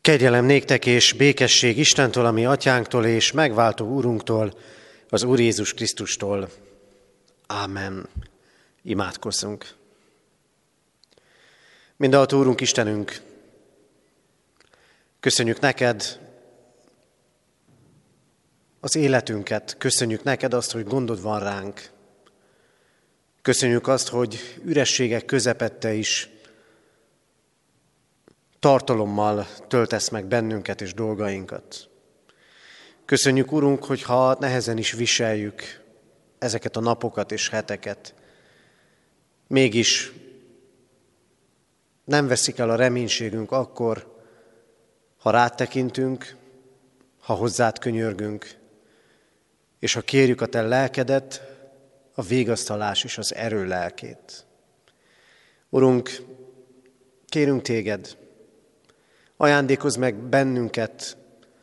Kegyelem néktek és békesség Istentől, a mi atyánktól és megváltó Úrunktól, az Úr Jézus Krisztustól. Ámen. Imádkozzunk. Mindenható Úrunk, Istenünk, köszönjük neked az életünket, köszönjük neked azt, hogy gondod van ránk. Köszönjük azt, hogy ürességek közepette is tartalommal töltesz meg bennünket és dolgainkat. Köszönjük, Urunk, hogy ha nehezen is viseljük ezeket a napokat és heteket, mégis nem veszik el a reménységünk akkor, ha rád tekintünk, ha hozzád könyörgünk, és ha kérjük a te lelkedet, a vigasztalás és az erő lelkét. Urunk, kérünk téged, ajándékozz meg bennünket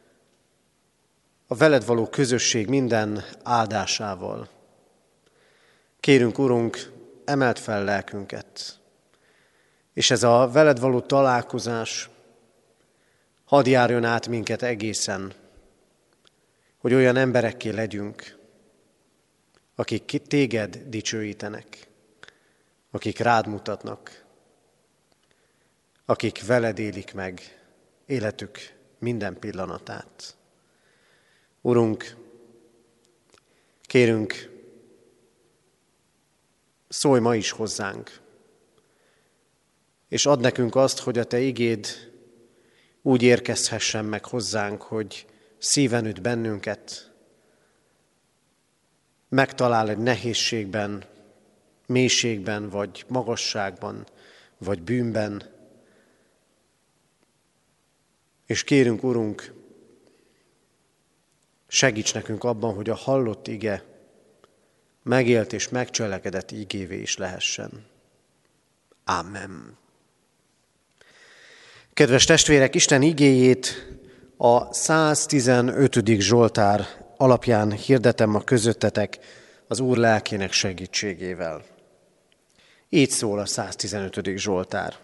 a veled való közösség minden áldásával. Kérünk, Urunk, emeld fel lelkünket, és ez a veled való találkozás hadd járjon át minket egészen, hogy olyan emberekké legyünk, akik téged dicsőítenek, akik rád mutatnak, akik veled élik meg életük minden pillanatát. Urunk, kérünk, szólj ma is hozzánk, és add nekünk azt, hogy a te igéd úgy érkezhessen meg hozzánk, hogy szíven üt bennünket, megtalál egy nehézségben, mélységben, vagy magasságban, vagy bűnben. És kérünk, Urunk, segíts nekünk abban, hogy a hallott ige megélt és megcselekedett igévé is lehessen. Ámen. Kedves testvérek, Isten igéjét a 115. Zsoltár alapján hirdetem ma közöttetek az Úr lelkének segítségével. Így szól a 115. Zsoltár.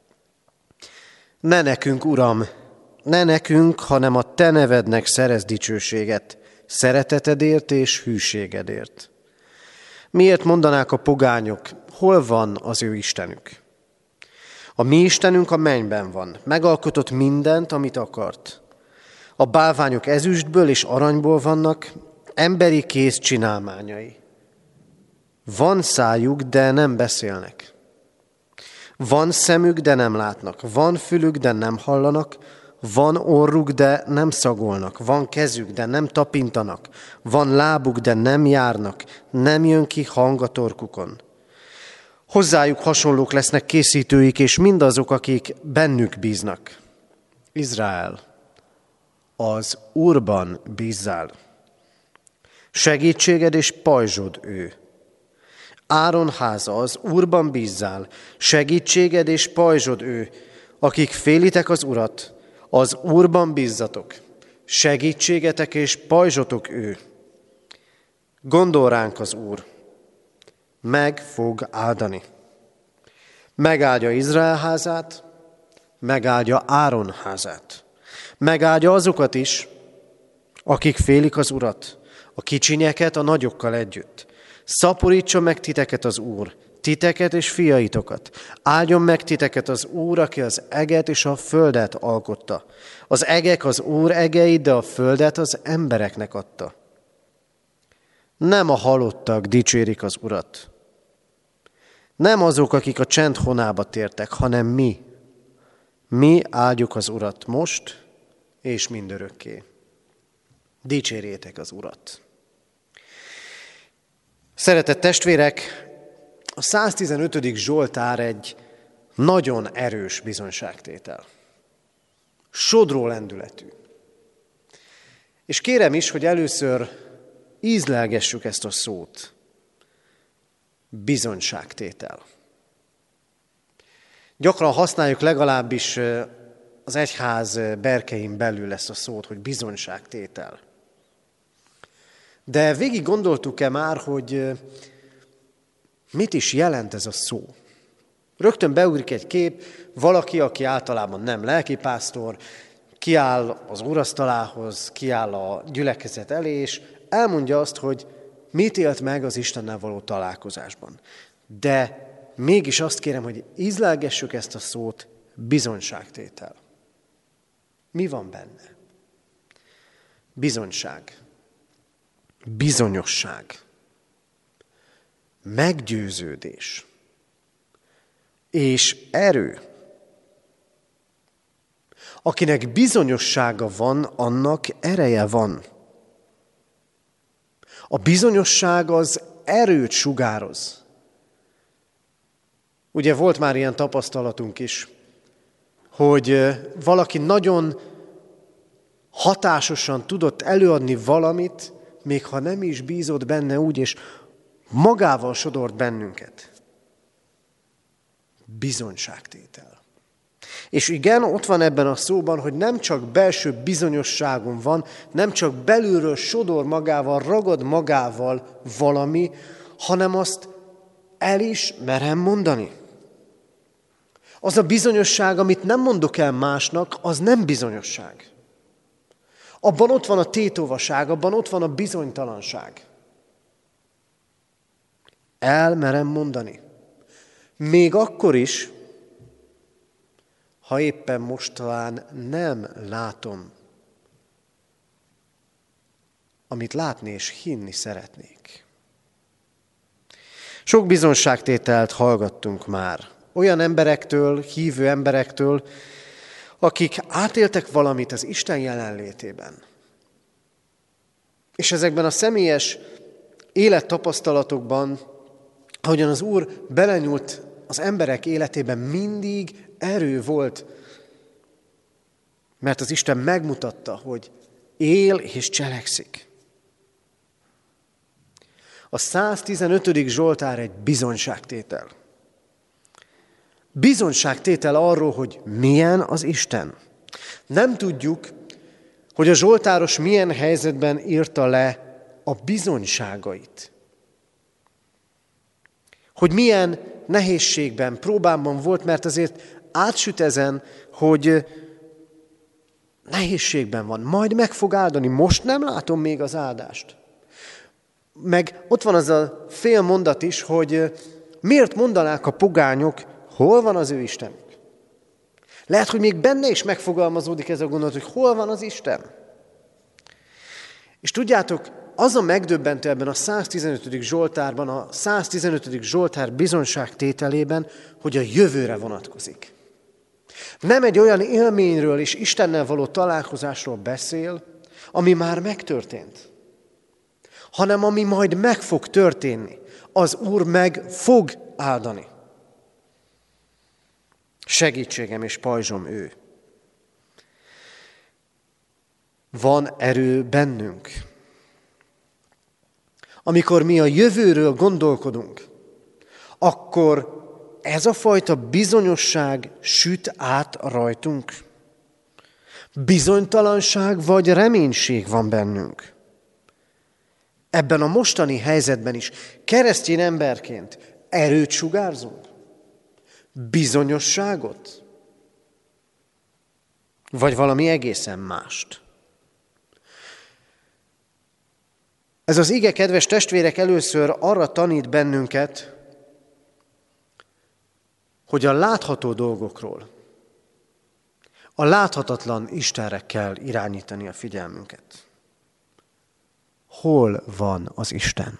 Ne nekünk, Uram, ne nekünk, hanem a te nevednek szerez dicsőséget, szeretetedért és hűségedért. Miért mondanák a pogányok, hol van az ő Istenük? A mi Istenünk a mennyben van, megalkotott mindent, amit akart. A bálványok ezüstből és aranyból vannak, emberi kéz csinálmányai. Van szájuk, de nem beszélnek. Van szemük, de nem látnak. Van fülük, de nem hallanak. Van orruk, de nem szagolnak. Van kezük, de nem tapintanak. Van lábuk, de nem járnak. Nem jön ki hang a torkukon. Hozzájuk hasonlók lesznek készítőik, és mindazok, akik bennük bíznak. Izrael, az Úrban bízzál. Segítséged és pajzsod ő. Áron háza, az Úrban bízzál. Segítséged és pajzsod ő. Akik félitek az Urat, az Úrban bízzatok. Segítségetek és pajzsotok ő. Gondol ránk az Úr, meg fog áldani. Megáldja Izrael házát, megáldja Áron házát. Megáldja azokat is, akik félik az Urat, a kicsinyeket a nagyokkal együtt. Szaporítsa meg titeket az Úr, titeket és fiaitokat. Áldjon meg titeket az Úr, aki az eget és a földet alkotta. Az egek az Úr egei, de a földet az embereknek adta. Nem a halottak dicsérik az Urat. Nem azok, akik a csend honába tértek, hanem mi. Mi áldjuk az Urat most és mindörökké. Dicsérjétek az Urat. Szeretett testvérek, a 115. Zsoltár egy nagyon erős bizonyságtétel. Sodró lendületű. És kérem is, hogy először ízlelgessük ezt a szót. Bizonyságtétel. Gyakran használjuk, legalábbis az egyház berkein belül ezt a szót, hogy bizonyságtétel. De végig gondoltuk-e már, hogy mit is jelent ez a szó? Rögtön beugrik egy kép, valaki, aki általában nem lelkipásztor, kiáll az úrasztalához, kiáll a gyülekezet elé, és elmondja azt, hogy mit élt meg az Istennel való találkozásban. De mégis azt kérem, hogy ízlelgessük ezt a szót, bizonyságtétel. Mi van benne? Bizonyság, bizonyosság, meggyőződés és erő. Akinek bizonyossága van, annak ereje van. A bizonyosság az erőt sugároz. Ugye volt már ilyen tapasztalatunk is, hogy valaki nagyon hatásosan tudott előadni valamit, még ha nem is bízott benne úgy, és magával sodort bennünket. Bizonyságtétel. És igen, ott van ebben a szóban, hogy nem csak belső bizonyosságom van, nem csak belülről sodor magával, ragad magával valami, hanem azt el is merem mondani. Az a bizonyosság, amit nem mondok el másnak, az nem bizonyosság. Abban ott van a tétovaság, abban ott van a bizonytalanság. El merem mondani. Még akkor is, ha éppen most talán nem látom, amit látni és hinni szeretnék. Sok bizonyságtételt hallgattunk már. Olyan emberektől, hívő emberektől, akik átéltek valamit az Isten jelenlétében. És ezekben a személyes élettapasztalatokban, ahogyan az Úr belenyúlt az emberek életében, mindig erő volt, mert az Isten megmutatta, hogy él és cselekszik. A 115. Zsoltár egy bizonyságtétel. Bizonyságtétel arról, hogy milyen az Isten. Nem tudjuk, hogy a zsoltáros milyen helyzetben írta le a bizonyságait. Hogy milyen nehézségben, próbában volt, mert azért átsüt ezen, hogy nehézségben van. Majd meg fog áldani. Most nem látom még az áldást. Meg ott van az a fél mondat is, hogy miért mondanák a pogányok, hol van az ő Istenük? Lehet, hogy még benne is megfogalmazódik ez a gondolat, hogy hol van az Isten? És tudjátok, az a megdöbbentő ebben a 115. Zsoltárban, a 115. Zsoltár bizonyságtételében, hogy a jövőre vonatkozik. Nem egy olyan élményről és Istennel való találkozásról beszél, ami már megtörtént, hanem ami majd meg fog történni. Az Úr meg fog áldani. Segítségem és pajzsom ő. Van erő bennünk. Amikor mi a jövőről gondolkodunk, akkor ez a fajta bizonyosság süt át rajtunk. Bizonytalanság vagy reménység van bennünk. Ebben a mostani helyzetben is keresztény emberként erőt sugárzunk. Bizonyosságot? Vagy valami egészen mást? Ez az ige, kedves testvérek, először arra tanít bennünket, hogy a látható dolgokról, a láthatatlan Istenre kell irányítani a figyelmünket. Hol van az Isten?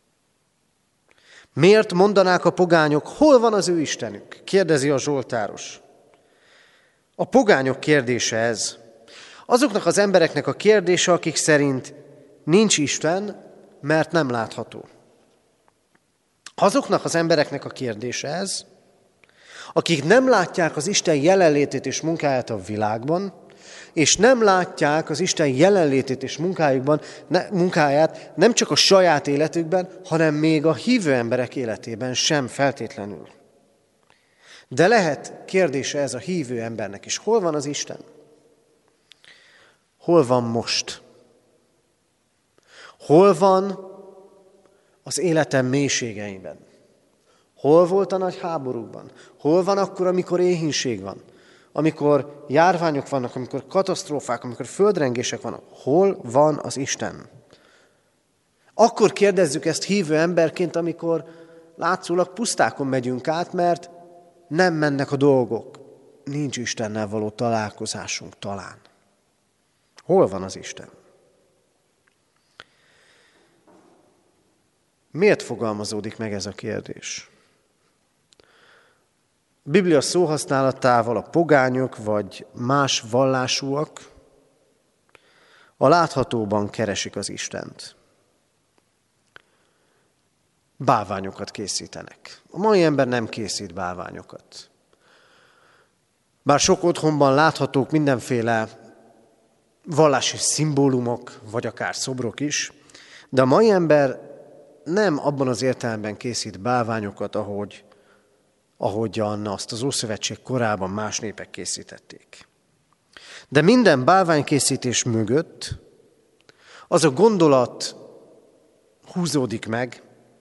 Miért mondanák a pogányok, hol van az ő Istenük? Kérdezi a zsoltáros. A pogányok kérdése ez. Azoknak az embereknek a kérdése, akik szerint nincs Isten, mert nem látható. Azoknak az embereknek a kérdése ez, akik nem látják az Isten jelenlétét és munkáját a világban, és nem látják az Isten jelenlétét és munkáját nem csak a saját életükben, hanem még a hívő emberek életében sem feltétlenül. De lehet kérdése ez a hívő embernek is. Hol van az Isten? Hol van most? Hol van az életem mélységeiben? Hol volt a nagy háborúkban? Hol van akkor, amikor éhínség van? amikor járványok vannak, amikor katasztrófák, amikor földrengések vannak, hol van az Isten? Akkor kérdezzük ezt hívő emberként, amikor látszólag pusztákon megyünk át, mert nem mennek a dolgok. Nincs Istennel való találkozásunk talán. Hol van az Isten? Miért fogalmazódik meg ez a kérdés? A Biblia szóhasználatával a pogányok vagy más vallásúak a láthatóban keresik az Istent. Bálványokat készítenek. A mai ember nem készít bálványokat. Bár sok otthonban láthatók mindenféle vallási szimbólumok, vagy akár szobrok is, de a mai ember nem abban az értelemben készít bálványokat, ahogyan azt az Ószövetség korában más népek készítették. De minden bálványkészítés mögött az a gondolat húzódik meg,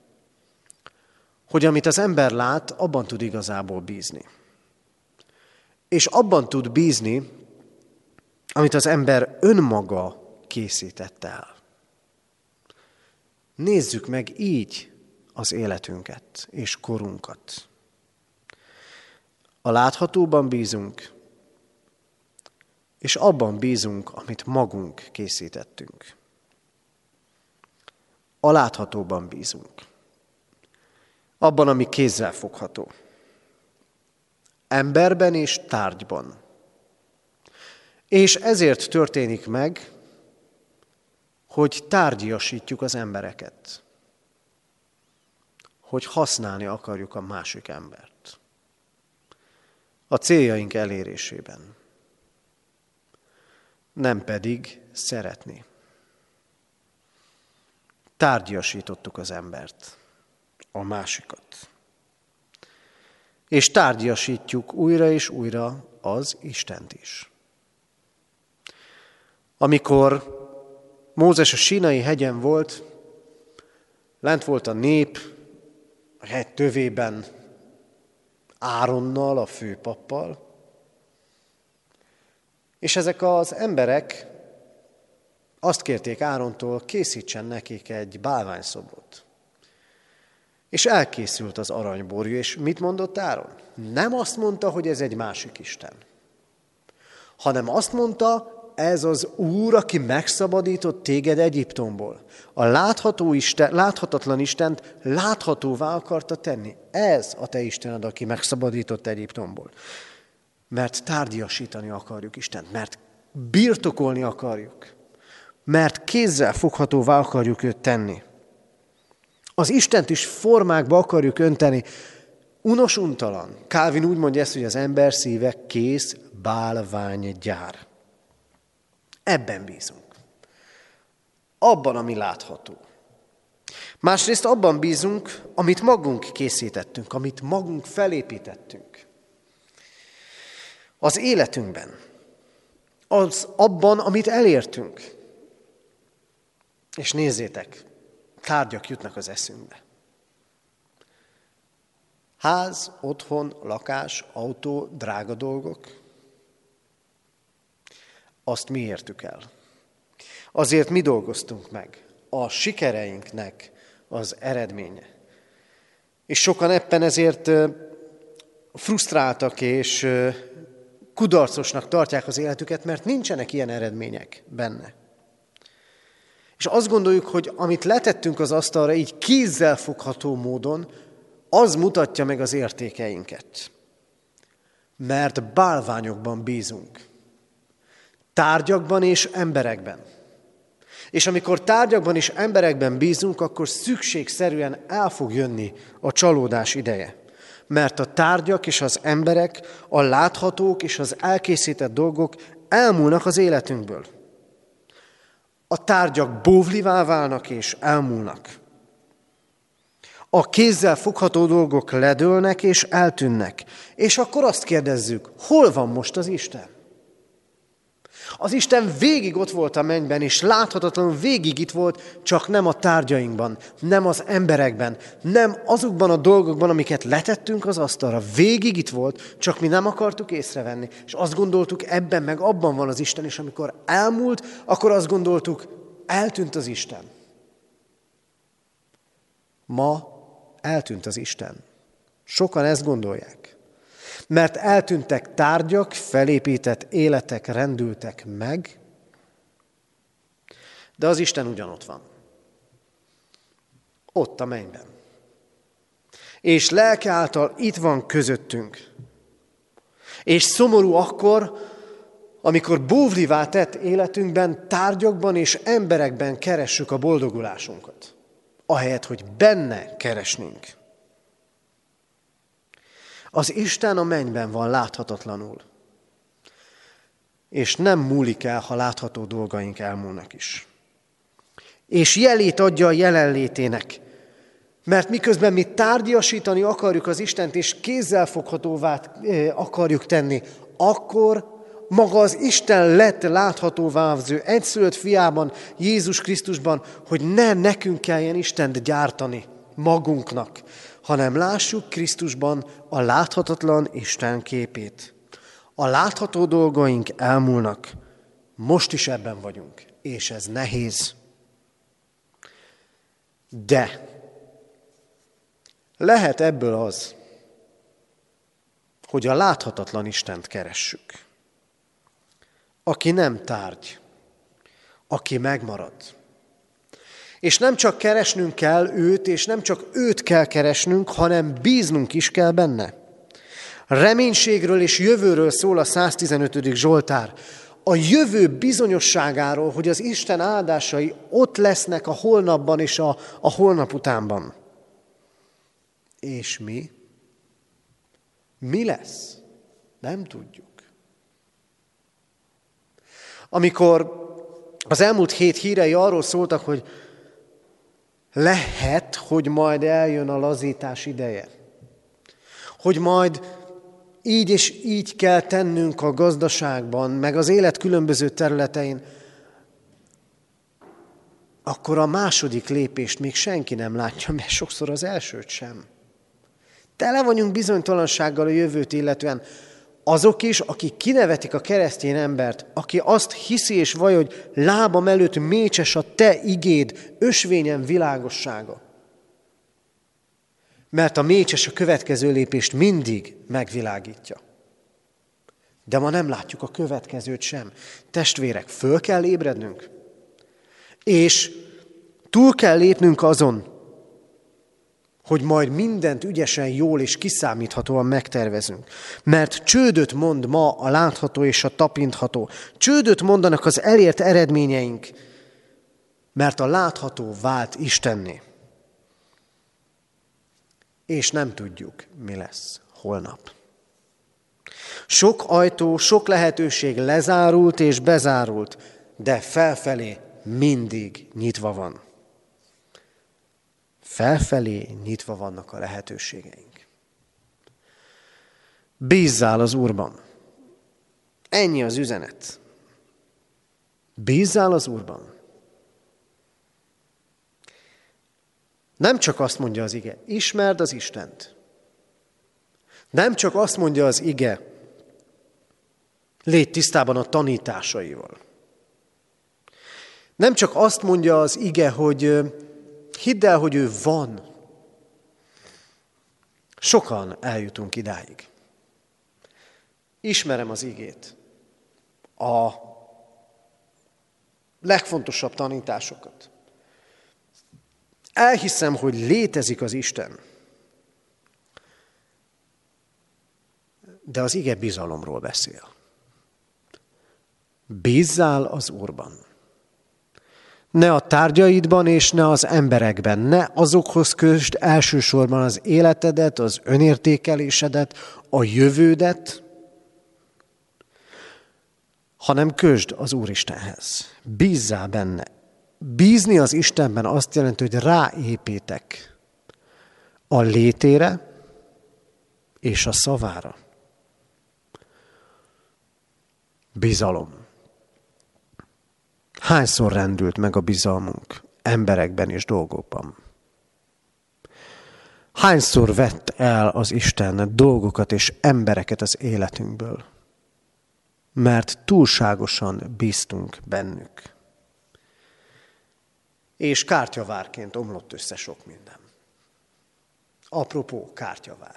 hogy amit az ember lát, abban tud igazából bízni. És abban tud bízni, amit az ember önmaga készített el. Nézzük meg így az életünket és korunkat. A láthatóban bízunk, és abban bízunk, amit magunk készítettünk. A láthatóban bízunk. Abban, ami kézzel fogható. Emberben és tárgyban. És ezért történik meg, hogy tárgyiasítjuk az embereket. Hogy használni akarjuk a másik embert. A céljaink elérésében. Nem pedig szeretni. Tárgyiasítottuk az embert, a másikat. És tárgyiasítjuk újra és újra az Istent is. Amikor Mózes a Sínai hegyen volt, lent volt a nép, a hegy tövében, Áronnal, a főpappal, és ezek az emberek azt kérték Árontól, készítsen nekik egy bálványszobrot. És elkészült az aranyborjú, és mit mondott Áron? Nem azt mondta, hogy ez egy másik isten, hanem azt mondta, ez az Úr, aki megszabadított téged Egyiptomból. A láthatatlan Istent láthatóvá akarta tenni. Ez a te Istened, aki megszabadított Egyiptomból. Mert tárgyiasítani akarjuk Istent, mert birtokolni akarjuk, mert kézzel foghatóvá akarjuk őt tenni. Az Istent is formákba akarjuk önteni, unos-untalan. Calvin úgy mondja ezt, hogy az ember szíve kész bálványgyár. Ebben bízunk. Abban, ami látható. Másrészt abban bízunk, amit magunk készítettünk, amit magunk felépítettünk. Az életünkben. Abban, amit elértünk. És nézzétek, tárgyak jutnak az eszünkbe. Ház, otthon, lakás, autó, drága dolgok. Azt mi értük el. Azért mi dolgoztunk meg. A sikereinknek az eredménye. És sokan ebben ezért frusztráltak és kudarcosnak tartják az életüket, mert nincsenek ilyen eredmények benne. És azt gondoljuk, hogy amit letettünk az asztalra így kézzel fogható módon, az mutatja meg az értékeinket. Mert bálványokban bízunk. Tárgyakban és emberekben. És amikor tárgyakban és emberekben bízunk, akkor szükségszerűen el fog jönni a csalódás ideje. Mert a tárgyak és az emberek, a láthatók és az elkészített dolgok elmúlnak az életünkből. A tárgyak bóvlivá válnak és elmúlnak. A kézzel fogható dolgok ledőlnek és eltűnnek. És akkor azt kérdezzük, hol van most az Isten? Az Isten végig ott volt a mennyben, és láthatatlanul végig itt volt, csak nem a tárgyainkban, nem az emberekben, nem azokban a dolgokban, amiket letettünk az asztalra. Végig itt volt, csak mi nem akartuk észrevenni. És azt gondoltuk, ebben meg abban van az Isten, és amikor elmúlt, akkor azt gondoltuk, eltűnt az Isten. Ma eltűnt az Isten. Sokan ezt gondolják. Mert eltűntek tárgyak, felépített életek rendültek meg, de az Isten ugyanott van. Ott a mennyben. És lelke által itt van közöttünk. És szomorú akkor, amikor búvlivá tett életünkben, tárgyakban és emberekben keressük a boldogulásunkat, ahelyett, hogy benne keresnénk. Az Isten a mennyben van láthatatlanul, és nem múlik el, ha látható dolgaink elmúlnak is. És jelét adja a jelenlétének, mert miközben mi tárgyasítani akarjuk az Istent, és kézzelfoghatóvá akarjuk tenni, akkor maga az Isten lett láthatóvá az ő egyszülött fiában, Jézus Krisztusban, hogy ne nekünk kelljen Istent gyártani magunknak, hanem lássuk Krisztusban a láthatatlan Isten képét. A látható dolgaink elmúlnak, most is ebben vagyunk, és ez nehéz. De lehet ebből az, hogy a láthatatlan Istent keressük, aki nem tárgy, aki megmarad. És nem csak keresnünk kell őt, és nem csak őt kell keresnünk, hanem bíznunk is kell benne. Reménységről és jövőről szól a 115. Zsoltár. A jövő bizonyosságáról, hogy az Isten áldásai ott lesznek a holnapban és a holnap utánban. És mi? Mi lesz? Nem tudjuk. Amikor az elmúlt hét hírei arról szóltak, hogy lehet, hogy majd eljön a lazítás ideje. Hogy majd így és így kell tennünk a gazdaságban, meg az élet különböző területein, akkor a második lépést még senki nem látja, mert sokszor az elsőt sem. Tele vagyunk bizonytalansággal a jövőt illetően. Azok is, akik kinevetik a keresztény embert, aki azt hiszi és vallja, hogy lábam előtt mécses a te igéd, ösvényen világossága. Mert a mécses a következő lépést mindig megvilágítja. De ma nem látjuk a következőt sem. Testvérek, föl kell ébrednünk, és túl kell lépnünk azon, hogy majd mindent ügyesen, jól és kiszámíthatóan megtervezünk. Mert csődöt mond ma a látható és a tapintható. Csődöt mondanak az elért eredményeink, mert a látható vált Istenné. És nem tudjuk, mi lesz holnap. Sok ajtó, sok lehetőség lezárult és bezárult, de felfelé mindig nyitva van. Felfelé nyitva vannak a lehetőségeink. Bízzál az Úrban. Ennyi az üzenet. Bízzál az Úrban. Nem csak azt mondja az ige, ismerd az Istent. Nem csak azt mondja az ige, légy tisztában a tanításaival. Nem csak azt mondja az ige, hogy hidd el, hogy ő van. Sokan eljutunk idáig. Ismerem az igét. A legfontosabb tanításokat. Elhiszem, hogy létezik az Isten. De az ige bizalomról beszél. Bízzál az Úrban. Ne a tárgyaidban és ne az emberekben, ne azokhoz kösd elsősorban az életedet, az önértékelésedet, a jövődet, hanem kösd az Úristenhez. Bízzál benne. Bízni az Istenben azt jelenti, hogy ráépítek a létére és a szavára. Bizalom. Hányszor rendült meg a bizalmunk emberekben és dolgokban? Hányszor vett el az Isten dolgokat és embereket az életünkből? Mert túlságosan bíztunk bennük. És kártyavárként omlott össze sok minden. Apropó, kártyavár.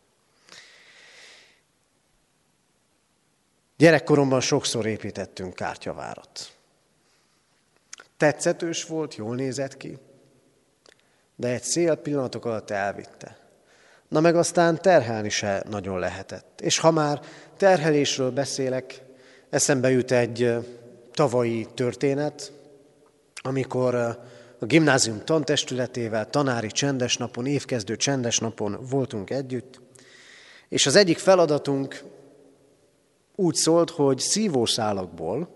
Gyerekkoromban sokszor építettünk kártyavárat. Tetszetős volt, jól nézett ki, de egy szél pillanatok alatt elvitte. Na meg aztán terhelni se nagyon lehetett. És ha már terhelésről beszélek, eszembe jut egy tavalyi történet, amikor a gimnázium tantestületével tanári csendesnapon, évkezdő csendesnapon voltunk együtt, és az egyik feladatunk úgy szólt, hogy szívószálakból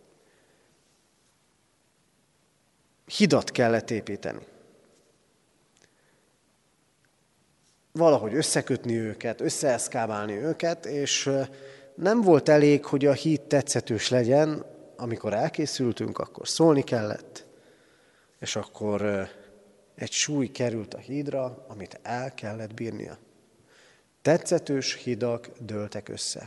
hidat kellett építeni. Valahogy összekötni őket, összeeszkábálni őket, és nem volt elég, hogy a híd tetszetős legyen, amikor elkészültünk, akkor szólni kellett, és akkor egy súly került a hídra, amit el kellett bírnia. Tetszetős hidak dőltek össze.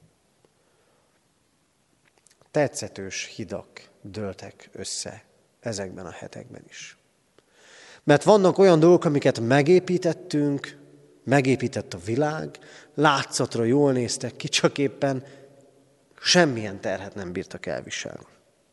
Tetszetős hidak dőltek össze ezekben a hetekben is. Mert vannak olyan dolgok, amiket megépítettünk, megépített a világ, látszatra jól néztek ki, csak éppen semmilyen terhet nem bírtak elviselni.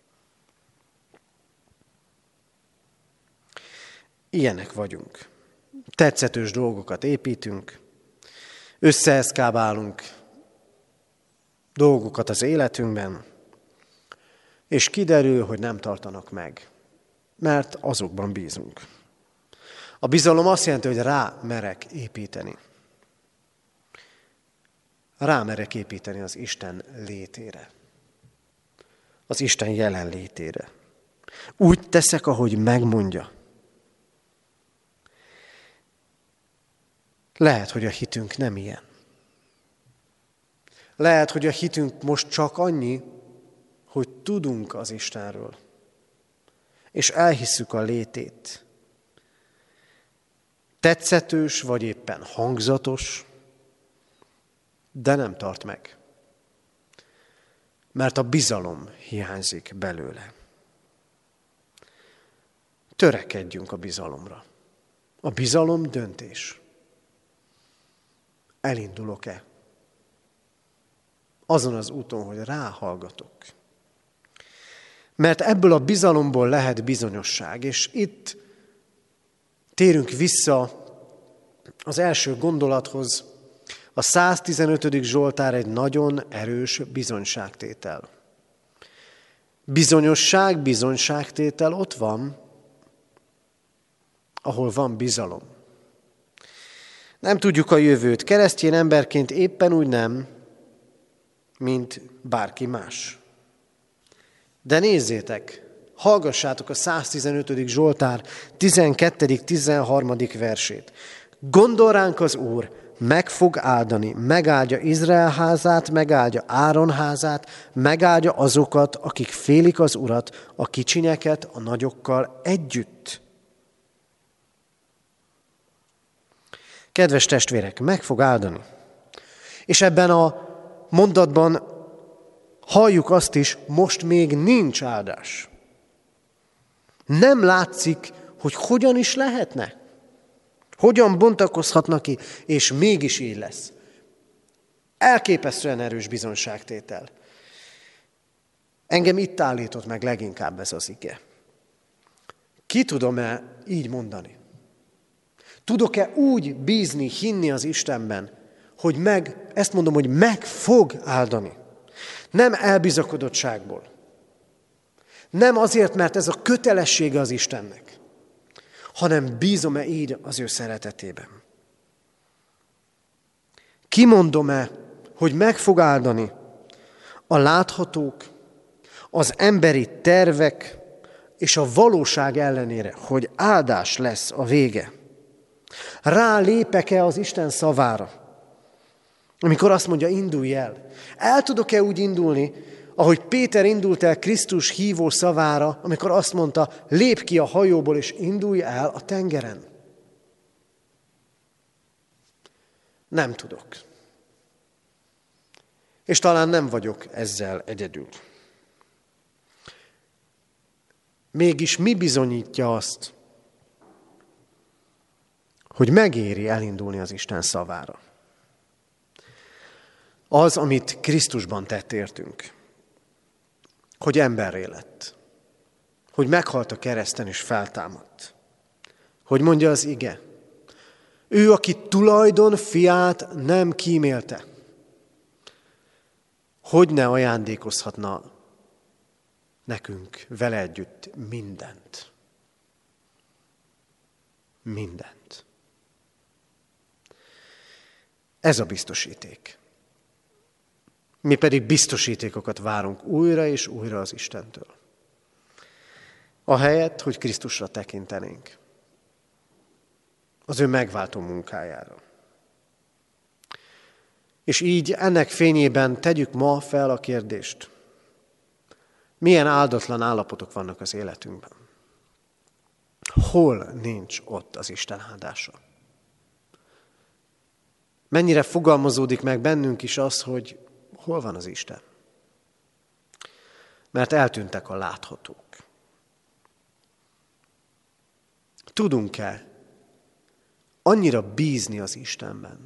Ilyenek vagyunk. Tetszetős dolgokat építünk, összeeszkábálunk dolgokat az életünkben, és kiderül, hogy nem tartanak meg, mert azokban bízunk. A bizalom azt jelenti, hogy rámerek építeni. Rámerek építeni az Isten létére. Az Isten jelenlétére. Úgy teszek, ahogy megmondja. Lehet, hogy a hitünk nem ilyen. Lehet, hogy a hitünk most csak annyi, hogy tudunk az Istenről, és elhisszük a létét. Tetszetős, vagy éppen hangzatos, de nem tart meg. Mert a bizalom hiányzik belőle. Törekedjünk a bizalomra. A bizalom döntés. Elindulok-e? Azon az úton, hogy ráhallgatok. Mert ebből a bizalomból lehet bizonyosság, és itt térünk vissza az első gondolathoz. A 115. Zsoltár egy nagyon erős bizonyságtétel. Bizonyosság, bizonyságtétel ott van, ahol van bizalom. Nem tudjuk a jövőt. Keresztény emberként éppen úgy nem, mint bárki más. De nézzétek, hallgassátok a 115. Zsoltár 12.-13. versét. Gondol ránk az Úr, meg fog áldani, megáldja Izrael házát, megáldja Áron házát, megáldja azokat, akik félik az Urat, a kicsinyeket a nagyokkal együtt. Kedves testvérek, meg fog áldani. És ebben a mondatban halljuk azt is, most még nincs áldás. Nem látszik, hogy hogyan is lehetne. Hogyan bontakozhatna ki, és mégis így lesz. Elképesztően erős bizonságtétel. Engem itt állított meg leginkább ez az ige. Ki tudom-e így mondani? Tudok-e úgy bízni, hinni az Istenben, hogy ezt mondom, hogy meg fog áldani. Nem elbizakodottságból. Nem azért, mert ez a kötelessége az Istennek, hanem bízom-e így az ő szeretetében. Kimondom-e, hogy meg fog áldani a láthatók, az emberi tervek és a valóság ellenére, hogy áldás lesz a vége. Rálépek-e az Isten szavára, amikor azt mondja, indulj el. El tudok-e úgy indulni, ahogy Péter indult el Krisztus hívó szavára, amikor azt mondta, lépj ki a hajóból és indulj el a tengeren? Nem tudok. És talán nem vagyok ezzel egyedül. Mégis mi bizonyítja azt, hogy megéri elindulni az Isten szavára? Az, amit Krisztusban tett értünk. Hogy emberré lett. Hogy meghalt a kereszten és feltámadt. Hogy mondja az ige. Ő, aki tulajdon fiát nem kímélte. Hogy ne ajándékozhatna nekünk vele együtt mindent. Mindent. Ez a biztosíték. Mi pedig biztosítékokat várunk újra és újra az Istentől. Ahelyett, hogy Krisztusra tekintenénk. Az ő megváltó munkájára. És így ennek fényében tegyük ma fel a kérdést. Milyen áldatlan állapotok vannak az életünkben? Hol nincs ott az Isten áldása? Mennyire fogalmazódik meg bennünk is az, hogy hol van az Isten? Mert eltűntek a láthatók. Tudunk-e annyira bízni az Istenben,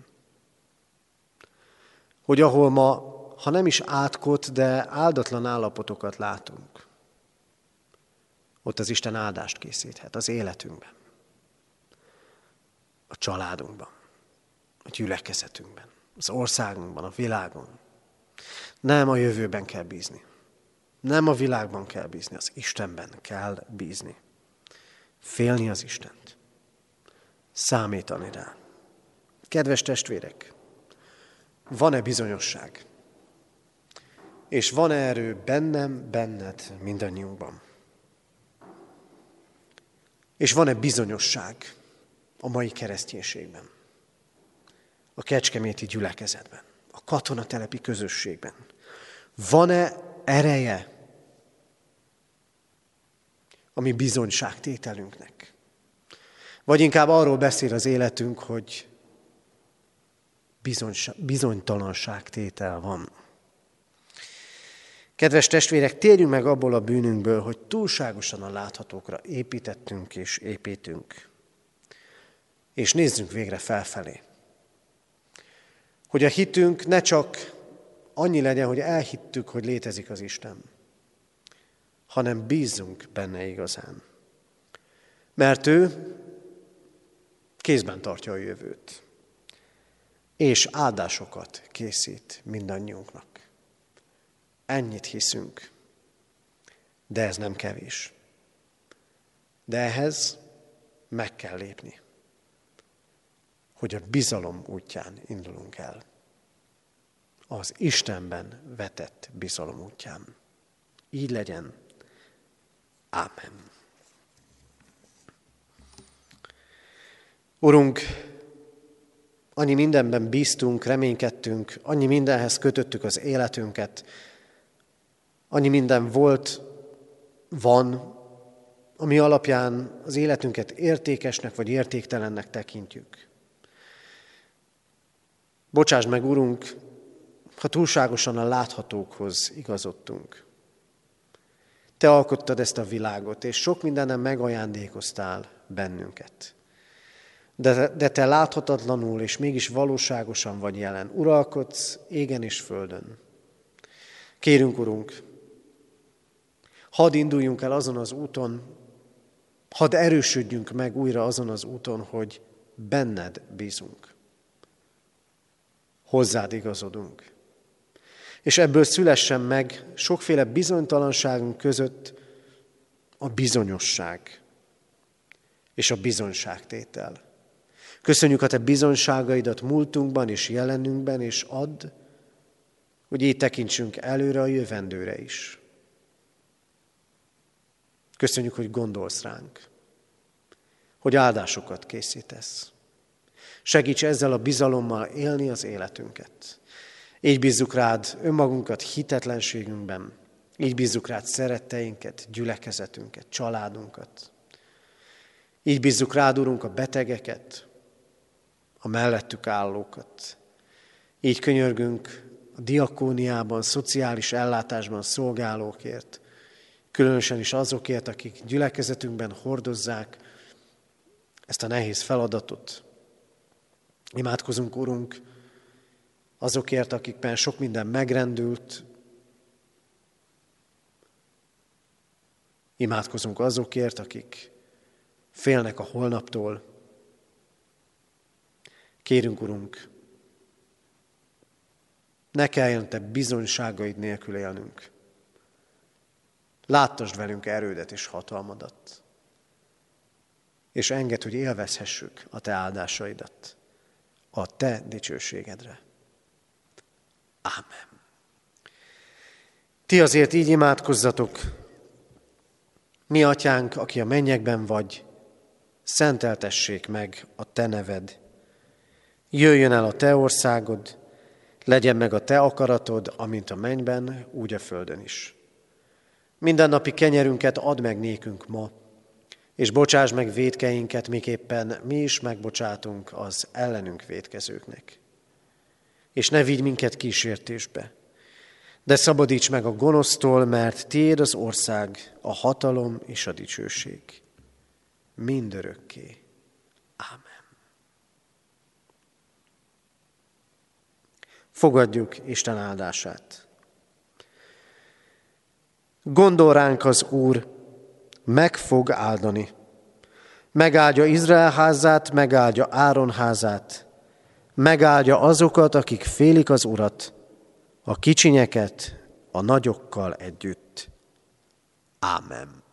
hogy ahol ma, ha nem is átkot, de áldatlan állapotokat látunk, ott az Isten áldást készíthet az életünkben, a családunkban, a gyülekezetünkben, az országunkban, a világon. Nem a jövőben kell bízni. Nem a világban kell bízni, az Istenben kell bízni. Félni az Istent. Számítani rá. Kedves testvérek, van-e bizonyosság? És van-e erő bennem, benned, mindannyiunkban? És van-e bizonyosság a mai kereszténységben? A kecskeméti gyülekezetben? A katonatelepi közösségben? Van-e ereje a mi bizonyságtételünknek? Vagy inkább arról beszél az életünk, hogy bizonytalanságtétel van. Kedves testvérek, térjünk meg abból a bűnünkből, hogy túlságosan a láthatókra építettünk és építünk. És nézzünk végre felfelé. Hogy a hitünk ne csak annyi legyen, hogy elhittük, hogy létezik az Isten, hanem bízzunk benne igazán. Mert ő kézben tartja a jövőt, és áldásokat készít mindannyiunknak. Ennyit hiszünk, de ez nem kevés. De ehhez meg kell lépni, hogy a bizalom útján indulunk el. Az Istenben vetett bizalom útján. Így legyen. Ámen. Urunk, annyi mindenben bíztunk, reménykedtünk, annyi mindenhez kötöttük az életünket, annyi minden volt, van, ami alapján az életünket értékesnek vagy értéktelennek tekintjük. Bocsásd meg, Urunk, ha túlságosan a láthatókhoz igazodtunk. Te alkottad ezt a világot, és sok mindenen megajándékoztál bennünket. De te láthatatlanul és mégis valóságosan vagy jelen. Uralkodsz égen és földön. Kérünk, Urunk, hadd induljunk el azon az úton, hadd erősödjünk meg újra azon az úton, hogy benned bízunk. Hozzád igazodunk. És ebből szülessen meg sokféle bizonytalanságunk között a bizonyosság és a bizonyságtétel. Köszönjük a te bizonyságaidat múltunkban és jelenünkben, és add, hogy így tekintsünk előre a jövendőre is. Köszönjük, hogy gondolsz ránk, hogy áldásokat készítesz. Segíts ezzel a bizalommal élni az életünket. Így bízzuk rád önmagunkat hitetlenségünkben, így bízzuk rád szeretteinket, gyülekezetünket, családunkat. Így bízzuk rád, Urunk, a betegeket, a mellettük állókat. Így könyörgünk a diakóniában, szociális ellátásban szolgálókért, különösen is azokért, akik gyülekezetünkben hordozzák ezt a nehéz feladatot. Imádkozunk, Urunk, azokért, akikben sok minden megrendült. Imádkozunk azokért, akik félnek a holnaptól. Kérünk, Urunk, ne kelljen te bizonyságaid nélkül élnünk. Láttasd velünk erődet és hatalmadat, és engedd, hogy élvezhessük a te áldásaidat, a te dicsőségedre. Ámen. Ti azért így imádkozzatok: mi atyánk, aki a mennyekben vagy, szenteltessék meg a te neved. Jöjjön el a te országod, legyen meg a te akaratod, amint a mennyben, úgy a földön is. Mindennapi kenyerünket add meg nékünk ma, és bocsáss meg vétkeinket, miképpen mi is megbocsátunk az ellenünk vétkezőknek. És ne vigy minket kísértésbe, de szabadíts meg a gonosztól, mert tiéd az ország, a hatalom és a dicsőség mindörökké. Ámen. Fogadjuk Isten áldását. Gondol ránk az Úr, meg fog áldani. Megáldja Izrael házát, megáldja Áron házát, megáldja azokat, akik félik az Urat, a kicsinyeket a nagyokkal együtt. Ámen.